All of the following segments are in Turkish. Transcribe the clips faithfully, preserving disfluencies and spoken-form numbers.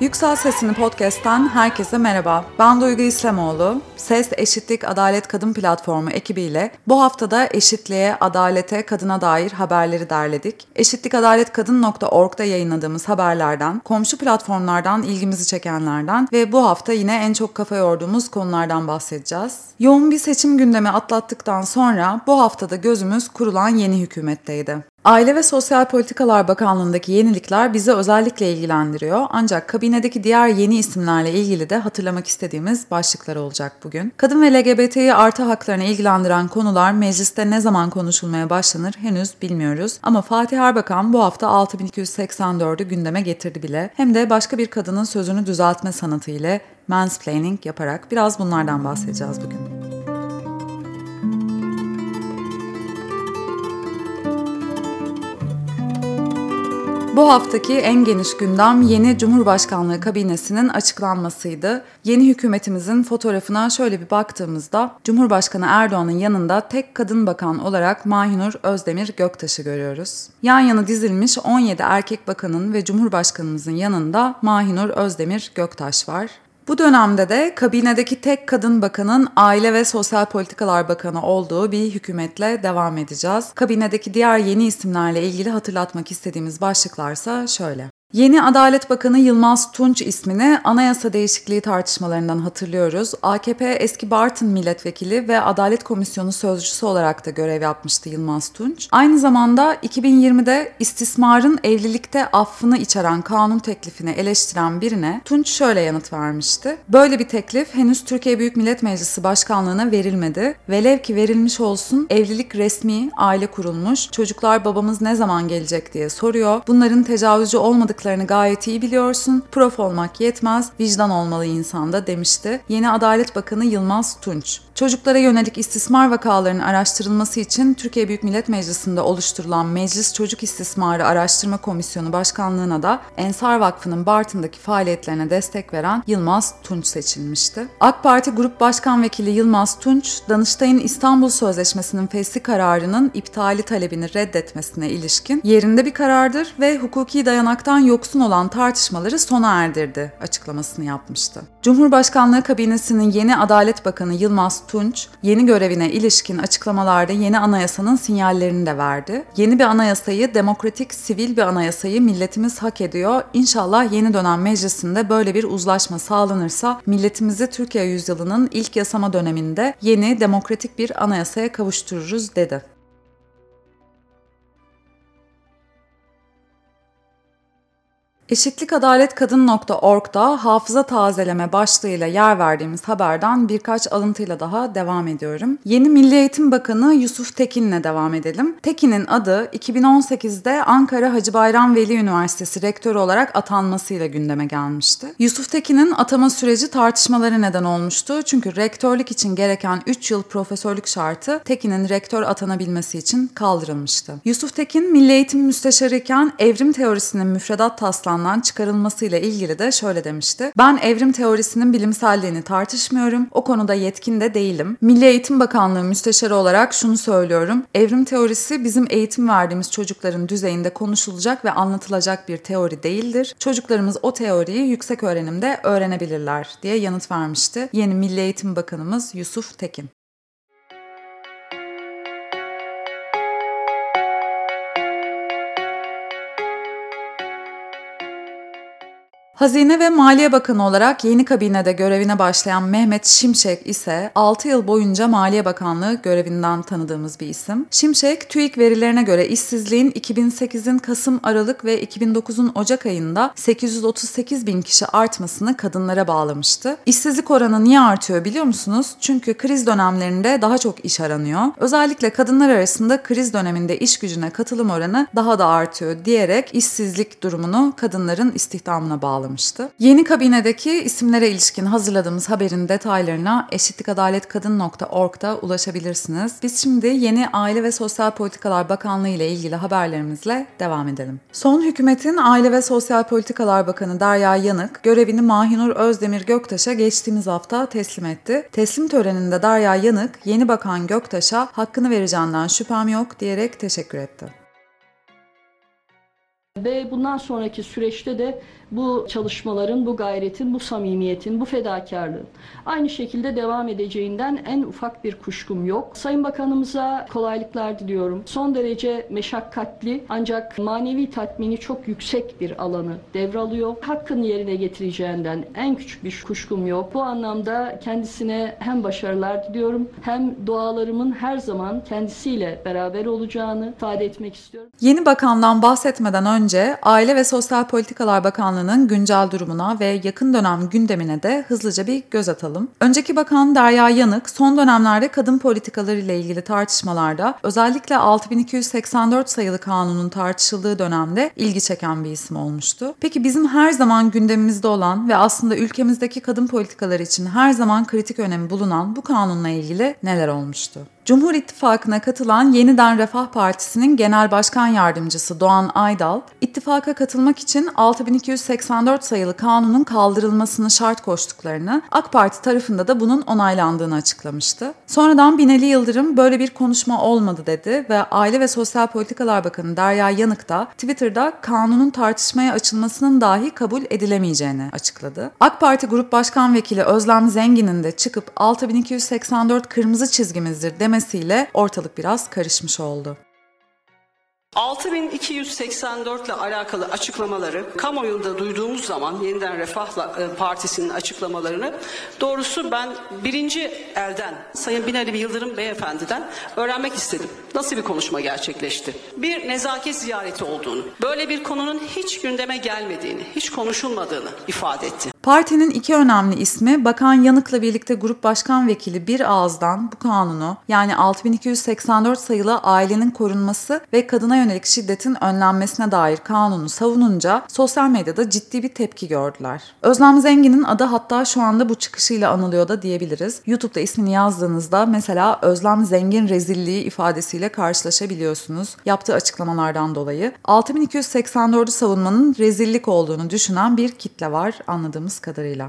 Yüksel Sesini Podcast'ten herkese merhaba. Ben Duygu İslamoğlu. Ses, Eşitlik, Adalet Kadın Platformu ekibiyle bu haftada eşitliğe, adalete, kadına dair haberleri derledik. eşitlikadaletkadın nokta org'da yayınladığımız haberlerden, komşu platformlardan ilgimizi çekenlerden ve bu hafta yine en çok kafa yorduğumuz konulardan bahsedeceğiz. Yoğun bir seçim gündemi atlattıktan sonra bu haftada gözümüz kurulan yeni hükümetteydi. Aile ve Sosyal Politikalar Bakanlığı'ndaki yenilikler bizi özellikle ilgilendiriyor. Ancak kabinedeki diğer yeni isimlerle ilgili de hatırlamak istediğimiz başlıklar olacak bugün. Kadın ve L G B T İ artı haklarını ilgilendiren konular mecliste ne zaman konuşulmaya başlanır henüz bilmiyoruz. Ama Fatih Erbakan bu hafta altı bin iki yüz seksen dördü gündeme getirdi bile. Hem de başka bir kadının sözünü düzeltme sanatı ile mansplaining yaparak biraz bunlardan bahsedeceğiz bugün. Bu haftaki en geniş gündem yeni Cumhurbaşkanlığı kabinesinin açıklanmasıydı. Yeni hükümetimizin fotoğrafına şöyle bir baktığımızda Cumhurbaşkanı Erdoğan'ın yanında tek kadın bakan olarak Mahinur Özdemir Göktaş'ı görüyoruz. Yan yana dizilmiş on yedi erkek bakanın ve Cumhurbaşkanımızın yanında Mahinur Özdemir Göktaş var. Bu dönemde de kabinedeki tek kadın bakanın Aile ve Sosyal Politikalar Bakanı olduğu bir hükümetle devam edeceğiz. Kabinedeki diğer yeni isimlerle ilgili hatırlatmak istediğimiz başlıklarsa şöyle. Yeni Adalet Bakanı Yılmaz Tunç ismini anayasa değişikliği tartışmalarından hatırlıyoruz. A K P eski Bartın milletvekili ve Adalet Komisyonu sözcüsü olarak da görev yapmıştı Yılmaz Tunç. Aynı zamanda iki bin yirmide istismarın evlilikte affını içeren kanun teklifini eleştiren birine Tunç şöyle yanıt vermişti. Böyle bir teklif henüz Türkiye Büyük Millet Meclisi Başkanlığı'na verilmedi. Velev ki verilmiş olsun, evlilik resmi, aile kurulmuş, çocuklar babamız ne zaman gelecek diye soruyor. Bunların tecavüzcü olmadıklarını gayet iyi biliyorsun. Prof olmak yetmez, vicdan olmalı insanda demişti yeni Adalet Bakanı Yılmaz Tunç. Çocuklara yönelik istismar vakalarının araştırılması için Türkiye Büyük Millet Meclisi'nde oluşturulan Meclis Çocuk İstismarı Araştırma Komisyonu Başkanlığı'na da Ensar Vakfı'nın Bartın'daki faaliyetlerine destek veren Yılmaz Tunç seçilmişti. AK Parti Grup Başkan Vekili Yılmaz Tunç, Danıştay'ın İstanbul Sözleşmesi'nin fesli kararının iptali talebini reddetmesine ilişkin yerinde bir karardır ve hukuki dayanaktan yoksun olan tartışmaları sona erdirdi açıklamasını yapmıştı. Cumhurbaşkanlığı kabinesinin yeni Adalet Bakanı Yılmaz Tunç, yeni görevine ilişkin açıklamalarda yeni anayasanın sinyallerini de verdi. Yeni bir anayasayı, demokratik, sivil bir anayasayı milletimiz hak ediyor. İnşallah yeni dönem meclisinde böyle bir uzlaşma sağlanırsa milletimizi Türkiye yüzyılının ilk yasama döneminde yeni, demokratik bir anayasaya kavuştururuz dedi. eşitlikadaletkadın nokta org'da hafıza tazeleme başlığıyla yer verdiğimiz haberden birkaç alıntıyla daha devam ediyorum. Yeni Milli Eğitim Bakanı Yusuf Tekin'le devam edelim. Tekin'in adı iki bin on sekizde Ankara Hacı Bayram Veli Üniversitesi rektörü olarak atanmasıyla gündeme gelmişti. Yusuf Tekin'in atama süreci tartışmaları neden olmuştu. Çünkü rektörlük için gereken üç yıl profesörlük şartı Tekin'in rektör atanabilmesi için kaldırılmıştı. Yusuf Tekin, Milli Eğitim Müsteşarı iken evrim teorisinin müfredat taslağı çıkarılmasıyla ilgili de şöyle demişti. Ben evrim teorisinin bilimselliğini tartışmıyorum. O konuda yetkin de değilim. Milli Eğitim Bakanlığı müsteşarı olarak şunu söylüyorum. Evrim teorisi bizim eğitim verdiğimiz çocukların düzeyinde konuşulacak ve anlatılacak bir teori değildir. Çocuklarımız o teoriyi yüksek öğrenimde öğrenebilirler diye yanıt vermişti yeni Milli Eğitim Bakanımız Yusuf Tekin. Hazine ve Maliye Bakanı olarak yeni kabinede görevine başlayan Mehmet Şimşek ise altı yıl boyunca Maliye Bakanlığı görevinden tanıdığımız bir isim. Şimşek, TÜİK verilerine göre işsizliğin iki bin sekizin Kasım, Aralık ve iki bin dokuzun Ocak ayında sekiz yüz otuz sekiz bin kişi artmasını kadınlara bağlamıştı. İşsizlik oranı niye artıyor biliyor musunuz? Çünkü kriz dönemlerinde daha çok iş aranıyor. Özellikle kadınlar arasında kriz döneminde iş gücüne katılım oranı daha da artıyor diyerek işsizlik durumunu kadınların istihdamına bağlamıştı. Yeni kabinedeki isimlere ilişkin hazırladığımız haberin detaylarına eşitlikadaletkadın nokta org'da ulaşabilirsiniz. Biz şimdi yeni Aile ve Sosyal Politikalar Bakanlığı ile ilgili haberlerimizle devam edelim. Son hükümetin Aile ve Sosyal Politikalar Bakanı Derya Yanık görevini Mahinur Özdemir Göktaş'a geçtiğimiz hafta teslim etti. Teslim töreninde Derya Yanık yeni bakan Göktaş'a hakkını vereceğinden şüphem yok diyerek teşekkür etti. Ve bundan sonraki süreçte de bu çalışmaların, bu gayretin, bu samimiyetin, bu fedakarlığın aynı şekilde devam edeceğinden en ufak bir kuşkum yok. Sayın Bakanımıza kolaylıklar diliyorum. Son derece meşakkatli ancak manevi tatmini çok yüksek bir alanı devralıyor. Hakkını yerine getireceğinden en küçük bir kuşkum yok. Bu anlamda kendisine hem başarılar diliyorum hem dualarımın her zaman kendisiyle beraber olacağını ifade etmek istiyorum. Yeni bakandan bahsetmeden önce Aile ve Sosyal Politikalar Bakanlığı'nın güncel durumuna ve yakın dönem gündemine de hızlıca bir göz atalım. Önceki bakan Derya Yanık, son dönemlerde kadın politikaları ile ilgili tartışmalarda özellikle altı bin iki yüz seksen dört sayılı kanunun tartışıldığı dönemde ilgi çeken bir isim olmuştu. Peki bizim her zaman gündemimizde olan ve aslında ülkemizdeki kadın politikaları için her zaman kritik önemi bulunan bu kanunla ilgili neler olmuştu? Cumhur İttifakı'na katılan Yeniden Refah Partisi'nin Genel Başkan Yardımcısı Doğan Aydal, ittifaka katılmak için altı bin iki yüz seksen dört sayılı kanunun kaldırılmasını şart koştuklarını, AK Parti tarafında da bunun onaylandığını açıklamıştı. Sonradan Binali Yıldırım böyle bir konuşma olmadı dedi ve Aile ve Sosyal Politikalar Bakanı Derya Yanık da Twitter'da kanunun tartışmaya açılmasının dahi kabul edilemeyeceğini açıkladı. AK Parti Grup Başkan Vekili Özlem Zengin'in de çıkıp altı bin iki yüz seksen dört kırmızı çizgimizdir demesiyle ortalık biraz karışmış oldu. altı bin iki yüz seksen dört ile alakalı açıklamaları kamuoyunda duyduğumuz zaman Yeniden Refah Partisi'nin açıklamalarını doğrusu ben birinci elden Sayın Binali Yıldırım Beyefendi'den öğrenmek istedim. Nasıl bir konuşma gerçekleşti? Bir nezaket ziyareti olduğunu, böyle bir konunun hiç gündeme gelmediğini, hiç konuşulmadığını ifade etti. Partinin iki önemli ismi Bakan Yanık'la birlikte Grup Başkan Vekili bir ağızdan bu kanunu yani altı bin iki yüz seksen dört sayılı ailenin korunması ve kadına yönelik şiddetin önlenmesine dair kanunu savununca sosyal medyada ciddi bir tepki gördüler. Özlem Zengin'in adı hatta şu anda bu çıkışıyla anılıyor da diyebiliriz. YouTube'da ismini yazdığınızda mesela Özlem Zengin rezilliği ifadesiyle karşılaşabiliyorsunuz yaptığı açıklamalardan dolayı. altı bin iki yüz seksen dördü savunmanın rezillik olduğunu düşünen bir kitle var anladığımız kadarıyla.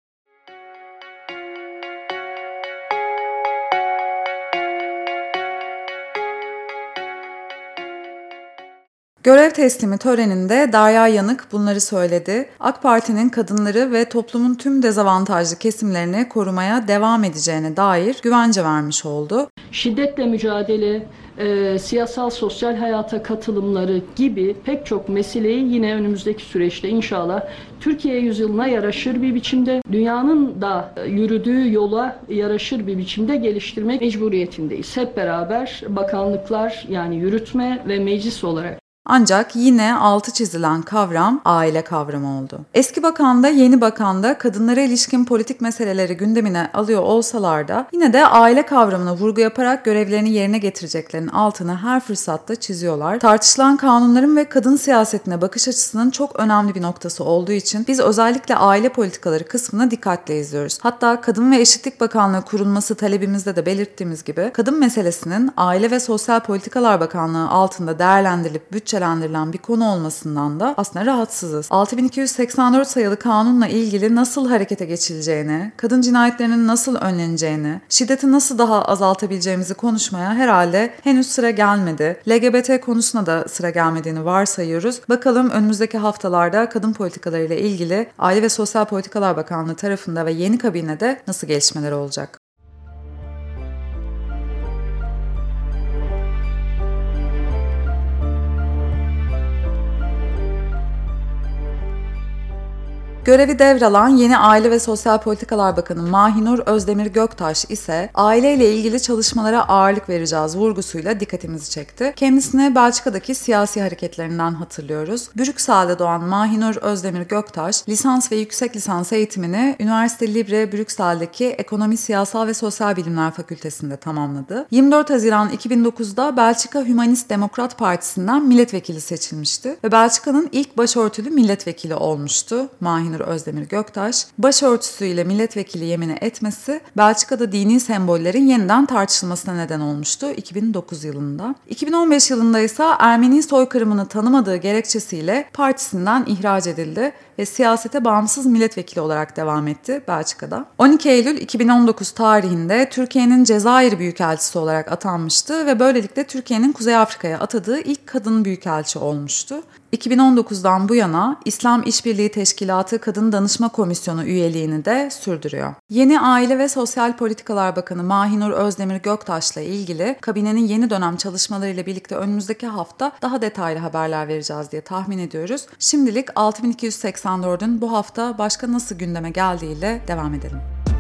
Görev teslimi töreninde Derya Yanık bunları söyledi. AK Parti'nin kadınları ve toplumun tüm dezavantajlı kesimlerini korumaya devam edeceğine dair güvence vermiş oldu. Şiddetle mücadele, e, siyasal sosyal hayata katılımları gibi pek çok meseleyi yine önümüzdeki süreçte inşallah Türkiye yüzyılına yaraşır bir biçimde, dünyanın da yürüdüğü yola yaraşır bir biçimde geliştirmek mecburiyetindeyiz. Hep beraber bakanlıklar yani yürütme ve meclis olarak. Ancak yine altı çizilen kavram aile kavramı oldu. Eski bakan da yeni bakan da kadınlara ilişkin politik meseleleri gündemine alıyor olsalar da yine de aile kavramına vurgu yaparak görevlerini yerine getireceklerinin altını her fırsatta çiziyorlar. Tartışılan kanunların ve kadın siyasetine bakış açısının çok önemli bir noktası olduğu için biz özellikle aile politikaları kısmına dikkatle izliyoruz. Hatta Kadın ve Eşitlik Bakanlığı kurulması talebimizde de belirttiğimiz gibi kadın meselesinin Aile ve Sosyal Politikalar Bakanlığı altında değerlendirilip bütçe bütçelendirilen bir konu olmasından da aslında rahatsızız. altı bin iki yüz seksen dört sayılı kanunla ilgili nasıl harekete geçileceğini, kadın cinayetlerinin nasıl önleneceğini, şiddeti nasıl daha azaltabileceğimizi konuşmaya herhalde henüz sıra gelmedi. L G B T konusuna da sıra gelmediğini varsayıyoruz. Bakalım önümüzdeki haftalarda kadın politikalarıyla ilgili Aile ve Sosyal Politikalar Bakanlığı tarafında ve yeni kabinede nasıl gelişmeler olacak? Görevi devralan yeni Aile ve Sosyal Politikalar Bakanı Mahinur Özdemir Göktaş ise aileyle ilgili çalışmalara ağırlık vereceğiz vurgusuyla dikkatimizi çekti. Kendisini Belçika'daki siyasi hareketlerinden hatırlıyoruz. Brüksel'de doğan Mahinur Özdemir Göktaş, lisans ve yüksek lisans eğitimini Üniversite Libre Brüksel'deki Ekonomi, Siyasal ve Sosyal Bilimler Fakültesi'nde tamamladı. yirmi dört Haziran iki bin dokuzda Belçika Hümanist Demokrat Partisi'nden milletvekili seçilmişti ve Belçika'nın ilk başörtülü milletvekili olmuştu Mahinur Mahinur Özdemir Göktaş, başörtüsüyle milletvekili yemini etmesi Belçika'da dini sembollerin yeniden tartışılmasına neden olmuştu iki bin dokuz yılında. iki bin on beş yılında ise Ermeni soykırımını tanımadığı gerekçesiyle partisinden ihraç edildi ve siyasete bağımsız milletvekili olarak devam etti Belçika'da. on iki Eylül iki bin on dokuz tarihinde Türkiye'nin Cezayir Büyükelçisi olarak atanmıştı ve böylelikle Türkiye'nin Kuzey Afrika'ya atadığı ilk kadın büyükelçi olmuştu. iki bin on dokuzdan bu yana İslam İşbirliği Teşkilatı Kadın Danışma Komisyonu üyeliğini de sürdürüyor. Yeni Aile ve Sosyal Politikalar Bakanı Mahinur Özdemir Göktaş'la ilgili kabinenin yeni dönem çalışmalarıyla birlikte önümüzdeki hafta daha detaylı haberler vereceğiz diye tahmin ediyoruz. Şimdilik altı bin iki yüz seksen dördün bu hafta başka nasıl gündeme geldiğiyle devam edelim.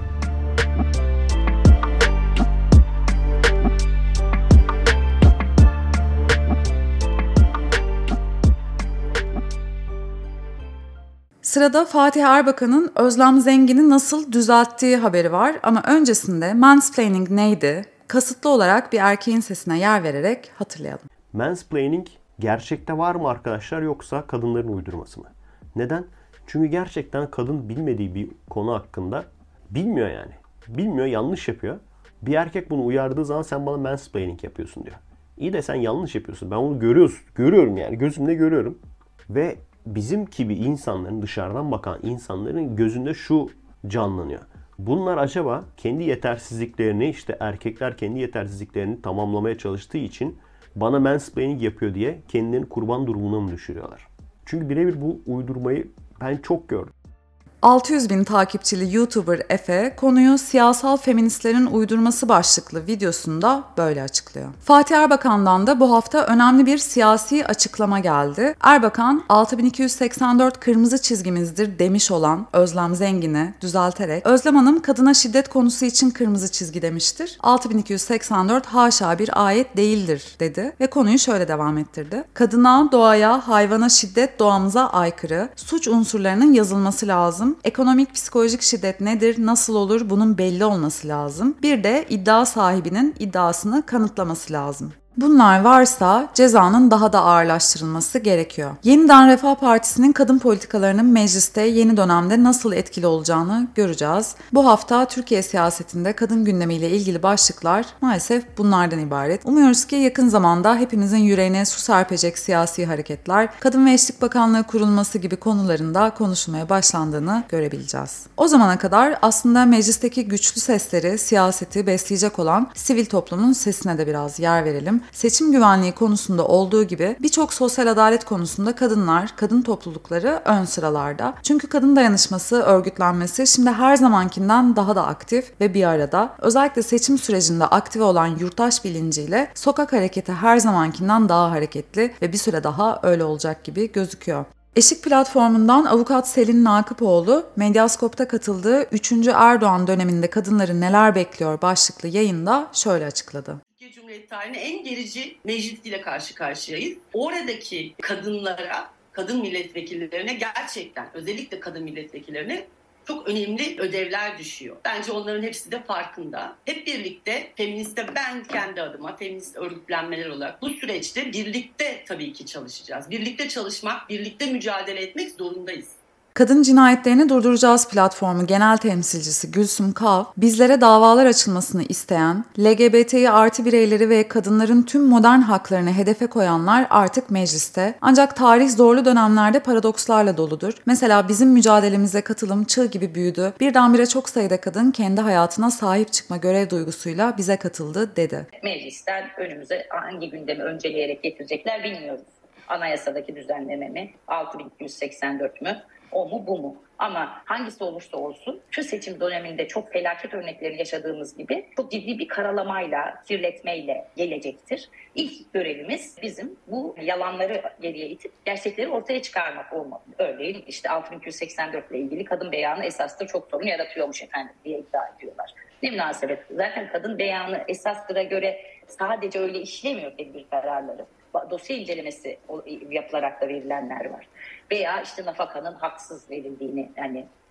Sırada Fatih Erbakan'ın Özlem Zengin'i nasıl düzelttiği haberi var ama öncesinde mansplaining neydi? Kasıtlı olarak bir erkeğin sesine yer vererek hatırlayalım. Mansplaining gerçekte var mı arkadaşlar yoksa kadınların uydurması mı? Neden? Çünkü gerçekten kadın bilmediği bir konu hakkında bilmiyor yani. Bilmiyor, yanlış yapıyor. Bir erkek bunu uyardığı zaman sen bana mansplaining yapıyorsun diyor. İyi de sen yanlış yapıyorsun. Ben bunu görüyoruz, görüyorum yani gözümle görüyorum. Ve bizim gibi insanların, dışarıdan bakan insanların gözünde şu canlanıyor. Bunlar acaba kendi yetersizliklerini, işte erkekler kendi yetersizliklerini tamamlamaya çalıştığı için bana mansplaining yapıyor diye kendilerini kurban durumuna mı düşürüyorlar? Çünkü birebir bu uydurmayı ben çok gördüm. altı yüz bin takipçili YouTuber Efe konuyu siyasal feministlerin uydurması başlıklı videosunda böyle açıklıyor. Fatih Erbakan'dan da bu hafta önemli bir siyasi açıklama geldi. Erbakan altı bin iki yüz seksen dört kırmızı çizgimizdir demiş olan Özlem Zengin'i düzelterek Özlem Hanım kadına şiddet konusu için kırmızı çizgi demiştir. altı bin iki yüz seksen dört haşa bir ayet değildir dedi ve konuyu şöyle devam ettirdi. Kadına, doğaya, hayvana şiddet doğamıza aykırı. Suç unsurlarının yazılması lazım. Ekonomik psikolojik şiddet nedir, nasıl olur bunun belli olması lazım. Bir de iddia sahibinin iddiasını kanıtlaması lazım. Bunlar varsa cezanın daha da ağırlaştırılması gerekiyor. Yeniden Refah Partisi'nin kadın politikalarının mecliste yeni dönemde nasıl etkili olacağını göreceğiz. Bu hafta Türkiye siyasetinde kadın gündemiyle ilgili başlıklar maalesef bunlardan ibaret. Umuyoruz ki yakın zamanda hepimizin yüreğine su serpecek siyasi hareketler, Kadın ve Eşlik Bakanlığı kurulması gibi konularında konuşulmaya başlandığını görebileceğiz. O zamana kadar aslında meclisteki güçlü sesleri, siyaseti besleyecek olan sivil toplumun sesine de biraz yer verelim. Seçim güvenliği konusunda olduğu gibi birçok sosyal adalet konusunda kadınlar, kadın toplulukları ön sıralarda. Çünkü kadın dayanışması, örgütlenmesi şimdi her zamankinden daha da aktif ve bir arada. Özellikle seçim sürecinde aktive olan yurttaş bilinciyle sokak hareketi her zamankinden daha hareketli ve bir süre daha öyle olacak gibi gözüküyor. Eşik platformundan avukat Selin Nakıpoğlu, Medyaskop'ta katıldığı üçüncü Erdoğan döneminde kadınları neler bekliyor başlıklı yayında şöyle açıkladı. Türkiye Cumhuriyeti tarihinin en gerici meclisiyle karşı karşıyayız. Oradaki kadınlara, kadın milletvekillerine gerçekten, özellikle kadın milletvekillerine çok önemli ödevler düşüyor. Bence onların hepsi de farkında. Hep birlikte feministe, ben kendi adıma feminist örgütlenmeler olarak bu süreçte birlikte tabii ki çalışacağız. Birlikte çalışmak, birlikte mücadele etmek zorundayız. Kadın Cinayetlerini Durduracağız platformu genel temsilcisi Gülsüm Kav, bizlere davalar açılmasını isteyen, L G B T İ artı bireyleri ve kadınların tüm modern haklarını hedefe koyanlar artık mecliste. Ancak tarih zorlu dönemlerde paradokslarla doludur. Mesela bizim mücadelemize katılım çığ gibi büyüdü. Birdenbire çok sayıda kadın kendi hayatına sahip çıkma görev duygusuyla bize katıldı dedi. Meclisten önümüze hangi gündemi önceleyerek getirecekler bilmiyoruz. Anayasadaki düzenleme mi? altı bin iki yüz seksen dört mü? O mu bu mu? Ama hangisi olursa olsun şu seçim döneminde çok felaket örnekleri yaşadığımız gibi çok ciddi bir karalamayla, kirletmeyle gelecektir. İlk görevimiz bizim bu yalanları geriye itip gerçekleri ortaya çıkarmak olmalı. Örneğin işte altı bin iki yüz seksen dört ile ilgili kadın beyanı esastır çok sorun yaratıyormuş efendim diye iddia ediyorlar. Ne münasebet. Zaten kadın beyanı esastıra göre sadece öyle işlemiyor tedbir kararları. Dosya incelemesi yapılarak da verilenler var. Veya işte nafakanın haksız verildiğini, yani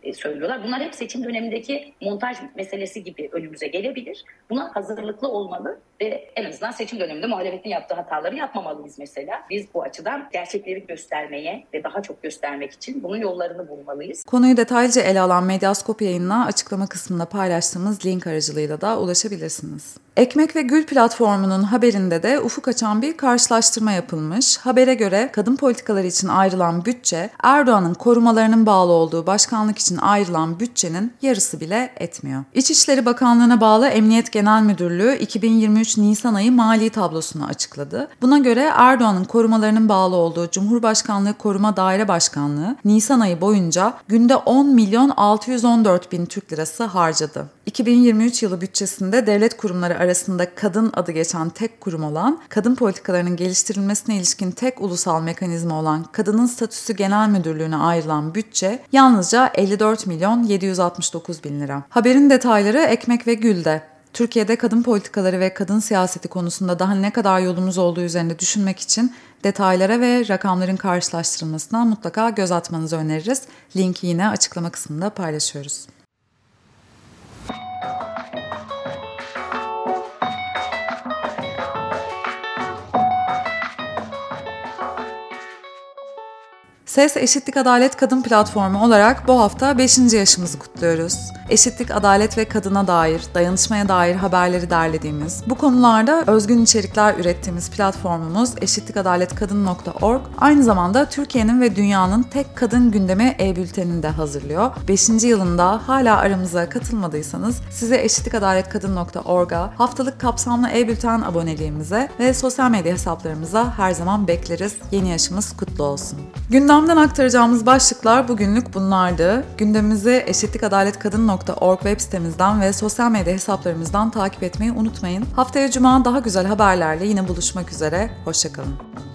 e, söylüyorlar. Bunlar hep seçim dönemindeki montaj meselesi gibi önümüze gelebilir. Buna hazırlıklı olmalı ve en azından seçim döneminde muhalefetin yaptığı hataları yapmamalıyız mesela. Biz bu açıdan gerçekleri göstermeye ve daha çok göstermek için bunun yollarını bulmalıyız. Konuyu detaylıca ele alan Medyaskop yayınına açıklama kısmında paylaştığımız link aracılığıyla da ulaşabilirsiniz. Ekmek ve Gül platformunun haberinde de ufuk açan bir karşılaştırma yapılmış. Habere göre kadın politikaları için ayrılan bütçe, Erdoğan'ın korumalarının bağlı olduğu başkanlık için ayrılan bütçenin yarısı bile etmiyor. İçişleri Bakanlığı'na bağlı Emniyet Genel Müdürlüğü iki bin yirmi üç Nisan ayı mali tablosunu açıkladı. Buna göre Erdoğan'ın korumalarının bağlı olduğu Cumhurbaşkanlığı Koruma Daire Başkanlığı Nisan ayı boyunca günde on milyon altı yüz on dört bin Türk lirası harcadı. iki bin yirmi üç yılı bütçesinde devlet kurumları arasında kadın adı geçen tek kurum olan, kadın politikalarının geliştirilmesine ilişkin tek ulusal mekanizma olan Kadının Statüsü Genel Müdürlüğü'ne ayrılan bütçe yalnızca elli dört milyon yedi yüz altmış dokuz bin lira. Haberin detayları Ekmek ve Gül'de. Türkiye'de kadın politikaları ve kadın siyaseti konusunda daha ne kadar yolumuz olduğu üzerinde düşünmek için detaylara ve rakamların karşılaştırılmasına mutlaka göz atmanızı öneririz. Linki yine açıklama kısmında paylaşıyoruz. Ses Eşitlik Adalet Kadın Platformu olarak bu hafta beşinci yaşımızı kutluyoruz. Eşitlik, adalet ve kadına dair, dayanışmaya dair haberleri derlediğimiz, bu konularda özgün içerikler ürettiğimiz platformumuz eşitlikadaletkadın nokta org aynı zamanda Türkiye'nin ve dünyanın tek kadın gündemi e-bültenini de hazırlıyor. beşinci yılında hala aramıza katılmadıysanız sizi eşitlikadaletkadın nokta org'a, haftalık kapsamlı e-bülten aboneliğimize ve sosyal medya hesaplarımıza her zaman bekleriz. Yeni yaşımız kutlu olsun. Gündemden aktaracağımız başlıklar bugünlük bunlardı. Gündemimizi eşitlikadaletkadın nokta org web sitemizden ve sosyal medya hesaplarımızdan takip etmeyi unutmayın. Haftaya Cuma daha güzel haberlerle yine buluşmak üzere. Hoşça kalın.